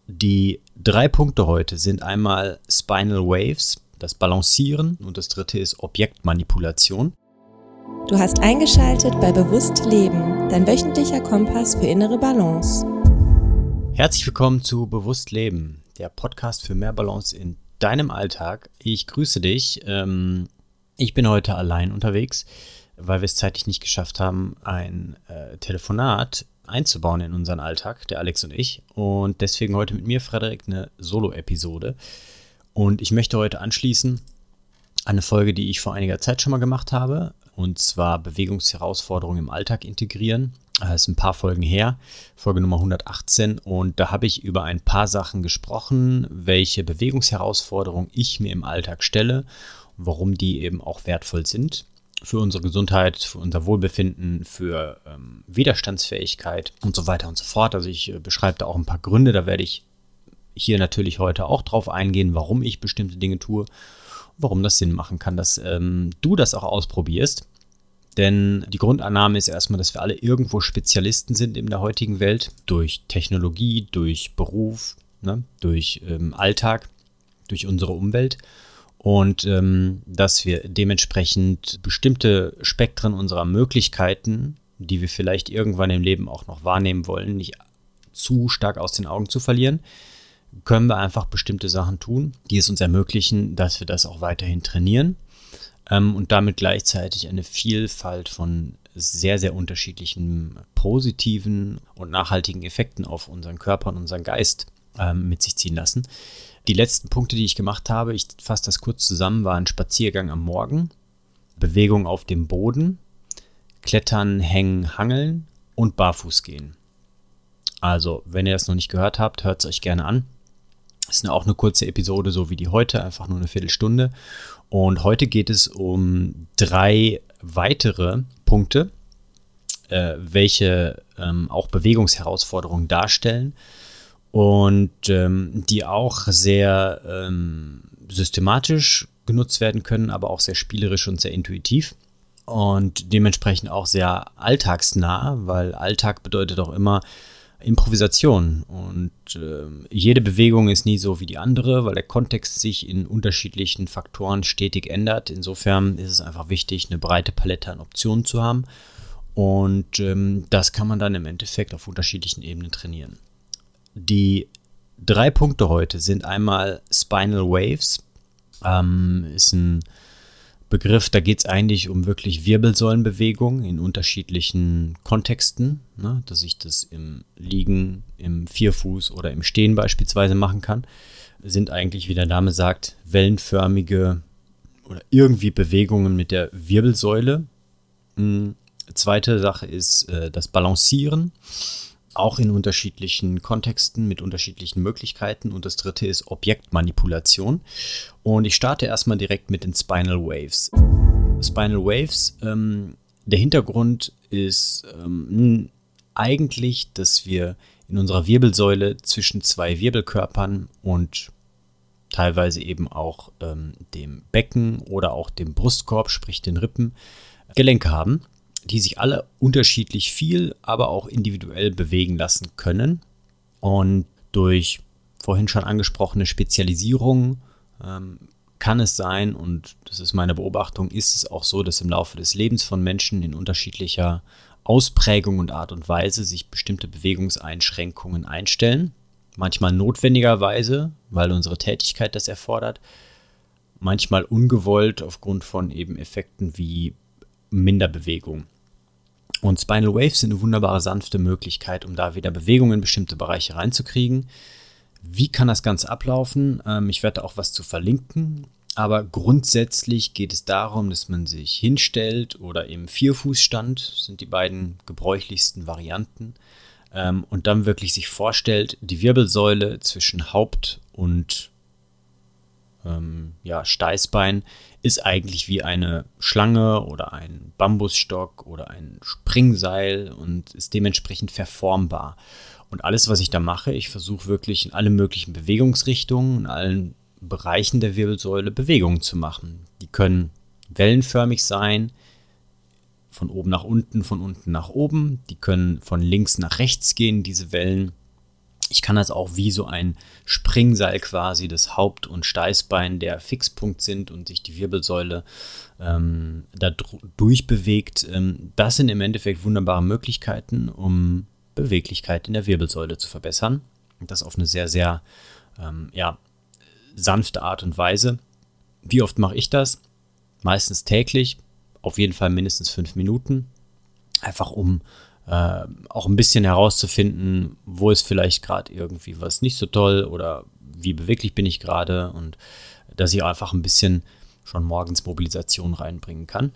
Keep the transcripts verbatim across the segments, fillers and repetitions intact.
Die drei Punkte heute sind einmal Spinal Waves, das Balancieren, und das dritte ist Objektmanipulation. Du hast eingeschaltet bei Bewusst Leben, dein wöchentlicher Kompass für innere Balance. Herzlich willkommen zu Bewusst Leben, der Podcast für mehr Balance in deinem Alltag. Ich grüße dich. Ich bin heute allein unterwegs, weil wir es zeitlich nicht geschafft haben, ein äh, Telefonat einzubauen in unseren Alltag, der Alex und ich. Und deswegen heute mit mir, Frederik, eine Solo-Episode. Und ich möchte heute anschließen an eine Folge, die ich vor einiger Zeit schon mal gemacht habe. Und zwar Bewegungsherausforderungen im Alltag integrieren. Das ist ein paar Folgen her, Folge Nummer hundertachtzehn. Und da habe ich über ein paar Sachen gesprochen, welche Bewegungsherausforderungen ich mir im Alltag stelle und warum die eben auch wertvoll sind. Für unsere Gesundheit, für unser Wohlbefinden, für ähm, Widerstandsfähigkeit und so weiter und so fort. Also ich äh, beschreibe da auch ein paar Gründe, da werde ich hier natürlich heute auch drauf eingehen, warum ich bestimmte Dinge tue, warum das Sinn machen kann, dass ähm, du das auch ausprobierst. Denn die Grundannahme ist erstmal, dass wir alle irgendwo Spezialisten sind in der heutigen Welt, durch Technologie, durch Beruf, ne, durch ähm, Alltag, durch unsere Umwelt. Und ähm, dass wir dementsprechend bestimmte Spektren unserer Möglichkeiten, die wir vielleicht irgendwann im Leben auch noch wahrnehmen wollen, nicht zu stark aus den Augen zu verlieren, können wir einfach bestimmte Sachen tun, die es uns ermöglichen, dass wir das auch weiterhin trainieren ähm, und damit gleichzeitig eine Vielfalt von sehr, sehr unterschiedlichen positiven und nachhaltigen Effekten auf unseren Körper und unseren Geist ähm, mit sich ziehen lassen. Die letzten Punkte, die ich gemacht habe, ich fasse das kurz zusammen, waren Spaziergang am Morgen, Bewegung auf dem Boden, Klettern, Hängen, Hangeln und Barfußgehen. Also, wenn ihr das noch nicht gehört habt, hört es euch gerne an. Das ist auch eine kurze Episode, so wie die heute, einfach nur eine Viertelstunde. Und heute geht es um drei weitere Punkte, äh, welche ähm, auch Bewegungsherausforderungen darstellen. Und ähm, die auch sehr ähm, systematisch genutzt werden können, aber auch sehr spielerisch und sehr intuitiv und dementsprechend auch sehr alltagsnah, weil Alltag bedeutet auch immer Improvisation und äh, jede Bewegung ist nie so wie die andere, weil der Kontext sich in unterschiedlichen Faktoren stetig ändert. Insofern ist es einfach wichtig, eine breite Palette an Optionen zu haben und ähm, das kann man dann im Endeffekt auf unterschiedlichen Ebenen trainieren. Die drei Punkte heute sind einmal Spinal Waves, ähm, ist ein Begriff, da geht es eigentlich um wirklich Wirbelsäulenbewegung in unterschiedlichen Kontexten, ne, dass ich das im Liegen, im Vierfuß oder im Stehen beispielsweise machen kann, sind eigentlich, wie der Name sagt, wellenförmige oder irgendwie Bewegungen mit der Wirbelsäule. Mhm. Zweite Sache ist äh, das Balancieren. Auch in unterschiedlichen Kontexten mit unterschiedlichen Möglichkeiten. Und das dritte ist Objektmanipulation. Und ich starte erstmal direkt mit den Spinal Waves. Spinal Waves, ähm, der Hintergrund ist ähm, eigentlich, dass wir in unserer Wirbelsäule zwischen zwei Wirbelkörpern und teilweise eben auch ähm, dem Becken oder auch dem Brustkorb, sprich den Rippen, Gelenke haben, die sich alle unterschiedlich viel, aber auch individuell bewegen lassen können. Und durch vorhin schon angesprochene Spezialisierung ähm, kann es sein, und das ist meine Beobachtung, ist es auch so, dass im Laufe des Lebens von Menschen in unterschiedlicher Ausprägung und Art und Weise sich bestimmte Bewegungseinschränkungen einstellen. Manchmal notwendigerweise, weil unsere Tätigkeit das erfordert. Manchmal ungewollt aufgrund von eben Effekten wie Minderbewegung. Und Spinal Waves sind eine wunderbare, sanfte Möglichkeit, um da wieder Bewegung in bestimmte Bereiche reinzukriegen. Wie kann das Ganze ablaufen? Ähm, ich werde auch was zu verlinken. Aber grundsätzlich geht es darum, dass man sich hinstellt oder im Vierfußstand, sind die beiden gebräuchlichsten Varianten, ähm, und dann wirklich sich vorstellt, die Wirbelsäule zwischen Haupt und ähm, ja, Steißbein ist eigentlich wie eine Schlange oder ein Bambusstock oder ein Springseil und ist dementsprechend verformbar. Und alles, was ich da mache, ich versuche wirklich in alle möglichen Bewegungsrichtungen, in allen Bereichen der Wirbelsäule Bewegungen zu machen. Die können wellenförmig sein, von oben nach unten, von unten nach oben. Die können von links nach rechts gehen, diese Wellen. Ich kann das auch wie so ein Springseil quasi, das Haupt- und Steißbein, der Fixpunkt sind und sich die Wirbelsäule ähm, da dr- durchbewegt. Ähm, das sind im Endeffekt wunderbare Möglichkeiten, um Beweglichkeit in der Wirbelsäule zu verbessern. Und das auf eine sehr, sehr ähm, ja, sanfte Art und Weise. Wie oft mache ich das? Meistens täglich, auf jeden Fall mindestens fünf Minuten. Einfach um äh, auch ein bisschen herauszufinden, wo ist vielleicht gerade irgendwie was nicht so toll oder wie beweglich bin ich gerade und dass ich einfach ein bisschen schon morgens Mobilisation reinbringen kann.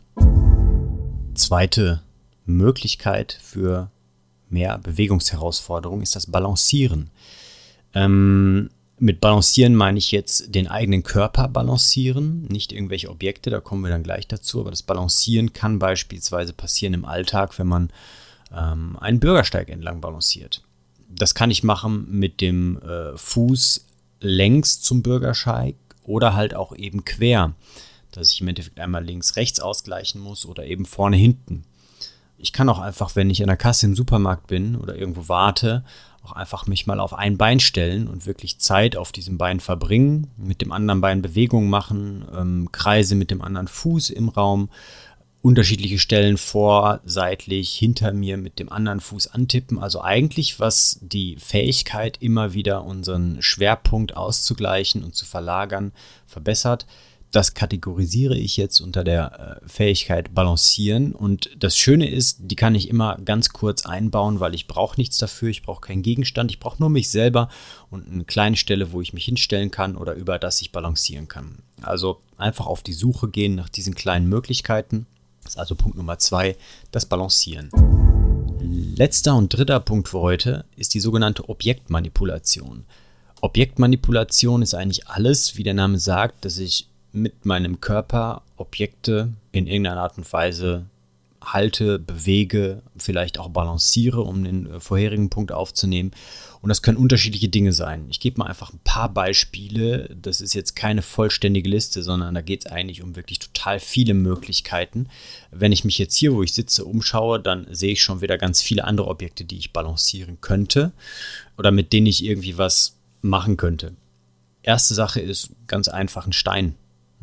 Zweite Möglichkeit für mehr Bewegungsherausforderung ist das Balancieren. Ähm, mit Balancieren meine ich jetzt den eigenen Körper balancieren, nicht irgendwelche Objekte, da kommen wir dann gleich dazu, aber das Balancieren kann beispielsweise passieren im Alltag, wenn man ähm, einen Bürgersteig entlang balanciert. Das kann ich machen mit dem äh, Fuß längs zum Bürgersteig oder halt auch eben quer, dass ich im Endeffekt einmal links, rechts ausgleichen muss oder eben vorne, hinten. Ich kann auch einfach, wenn ich an der Kasse im Supermarkt bin oder irgendwo warte, auch einfach mich mal auf ein Bein stellen und wirklich Zeit auf diesem Bein verbringen, mit dem anderen Bein Bewegungen machen, ähm, Kreise mit dem anderen Fuß im Raum, unterschiedliche Stellen vor, seitlich, hinter mir mit dem anderen Fuß antippen. Also eigentlich, was die Fähigkeit, immer wieder unseren Schwerpunkt auszugleichen und zu verlagern, verbessert. Das kategorisiere ich jetzt unter der äh, Fähigkeit Balancieren. Und das Schöne ist, die kann ich immer ganz kurz einbauen, weil ich brauche nichts dafür, ich brauche keinen Gegenstand, ich brauche nur mich selber und eine kleine Stelle, wo ich mich hinstellen kann oder über das ich balancieren kann. Also einfach auf die Suche gehen nach diesen kleinen Möglichkeiten. Das ist also Punkt Nummer zwei, das Balancieren. Letzter und dritter Punkt für heute ist die sogenannte Objektmanipulation. Objektmanipulation ist eigentlich alles, wie der Name sagt, dass ich mit meinem Körper Objekte in irgendeiner Art und Weise halte, bewege, vielleicht auch balanciere, um den vorherigen Punkt aufzunehmen. Und das können unterschiedliche Dinge sein. Ich gebe mal einfach ein paar Beispiele. Das ist jetzt keine vollständige Liste, sondern da geht es eigentlich um wirklich total viele Möglichkeiten. Wenn ich mich jetzt hier, wo ich sitze, umschaue, dann sehe ich schon wieder ganz viele andere Objekte, die ich balancieren könnte oder mit denen ich irgendwie was machen könnte. Erste Sache ist ganz einfach ein Stein.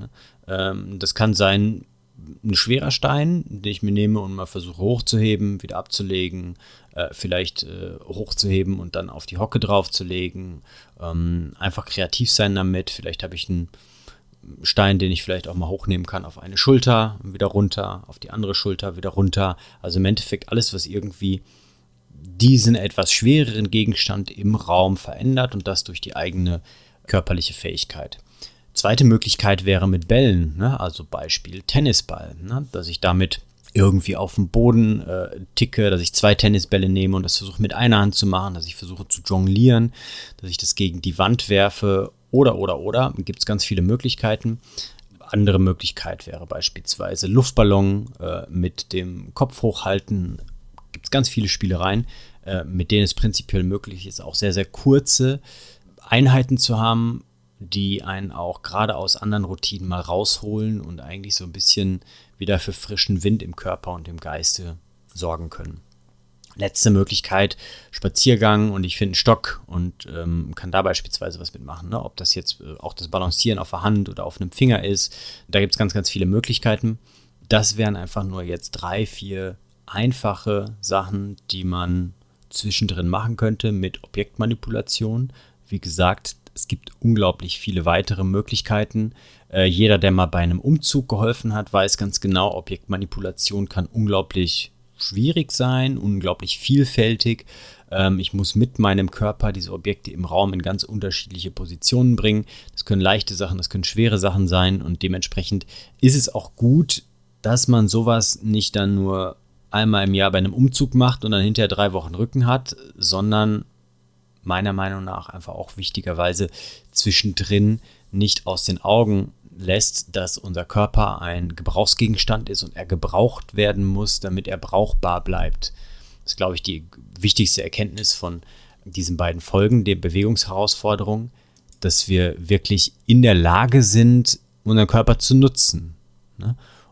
Das kann sein, ein schwerer Stein, den ich mir nehme und mal versuche hochzuheben, wieder abzulegen, äh, vielleicht äh, hochzuheben und dann auf die Hocke draufzulegen. Ähm, einfach kreativ sein damit. Vielleicht habe ich einen Stein, den ich vielleicht auch mal hochnehmen kann auf eine Schulter, wieder runter, auf die andere Schulter, wieder runter. Also im Endeffekt alles, was irgendwie diesen etwas schwereren Gegenstand im Raum verändert und das durch die eigene körperliche Fähigkeit. Zweite Möglichkeit wäre mit Bällen, ne? Also Beispiel Tennisball, ne? Dass ich damit irgendwie auf dem Boden äh, ticke, dass ich zwei Tennisbälle nehme und das versuche mit einer Hand zu machen, dass ich versuche zu jonglieren, dass ich das gegen die Wand werfe oder, oder, oder. Gibt es ganz viele Möglichkeiten. Andere Möglichkeit wäre beispielsweise Luftballon äh, mit dem Kopf hochhalten. Gibt es ganz viele Spielereien, äh, mit denen es prinzipiell möglich ist, auch sehr, sehr kurze Einheiten zu haben, die einen auch gerade aus anderen Routinen mal rausholen und eigentlich so ein bisschen wieder für frischen Wind im Körper und im Geiste sorgen können. Letzte Möglichkeit, Spaziergang und ich finde einen Stock und ähm, kann da beispielsweise was mitmachen. Ne? Ob das jetzt äh, auch das Balancieren auf der Hand oder auf einem Finger ist, da gibt es ganz, ganz viele Möglichkeiten. Das wären einfach nur jetzt drei, vier einfache Sachen, die man zwischendrin machen könnte mit Objektmanipulation. Wie gesagt, es gibt unglaublich viele weitere Möglichkeiten. Äh, jeder, der mal bei einem Umzug geholfen hat, weiß ganz genau, Objektmanipulation kann unglaublich schwierig sein, unglaublich vielfältig. Ähm, ich muss mit meinem Körper diese Objekte im Raum in ganz unterschiedliche Positionen bringen. Das können leichte Sachen, das können schwere Sachen sein und dementsprechend ist es auch gut, dass man sowas nicht dann nur einmal im Jahr bei einem Umzug macht und dann hinterher drei Wochen Rücken hat, sondern meiner Meinung nach einfach auch wichtigerweise zwischendrin nicht aus den Augen lässt, dass unser Körper ein Gebrauchsgegenstand ist und er gebraucht werden muss, damit er brauchbar bleibt. Das ist, glaube ich, die wichtigste Erkenntnis von diesen beiden Folgen der Bewegungsherausforderung, dass wir wirklich in der Lage sind, unseren Körper zu nutzen. Ne?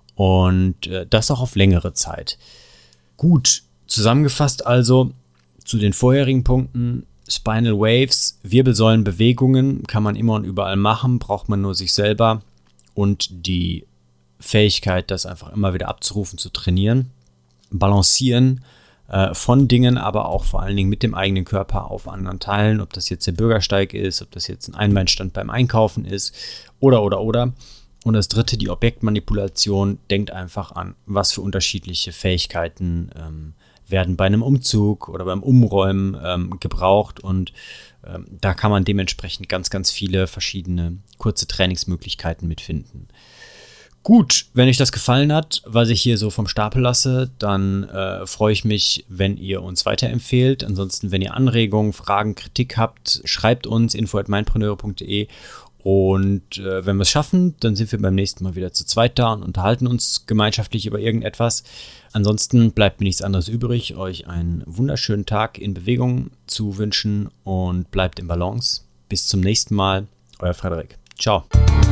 Und äh, das auch auf längere Zeit. Gut, zusammengefasst also zu den vorherigen Punkten. Spinal Waves, Wirbelsäulenbewegungen kann man immer und überall machen, braucht man nur sich selber und die Fähigkeit, das einfach immer wieder abzurufen, zu trainieren. Balancieren äh, von Dingen, aber auch vor allen Dingen mit dem eigenen Körper auf anderen Teilen, ob das jetzt der Bürgersteig ist, ob das jetzt ein Einbeinstand beim Einkaufen ist oder, oder, oder. Und das dritte, die Objektmanipulation, denkt einfach an, was für unterschiedliche Fähigkeiten ähm, werden bei einem Umzug oder beim Umräumen ähm, gebraucht und ähm, da kann man dementsprechend ganz, ganz viele verschiedene kurze Trainingsmöglichkeiten mitfinden. Gut, wenn euch das gefallen hat, was ich hier so vom Stapel lasse, dann äh, freue ich mich, wenn ihr uns weiterempfehlt. Ansonsten, wenn ihr Anregungen, Fragen, Kritik habt, schreibt uns info at mindpreneure punkt de. Und äh, wenn wir es schaffen, dann sind wir beim nächsten Mal wieder zu zweit da und unterhalten uns gemeinschaftlich über irgendetwas. Ansonsten bleibt mir nichts anderes übrig, euch einen wunderschönen Tag in Bewegung zu wünschen und bleibt in Balance. Bis zum nächsten Mal, euer Frederik. Ciao.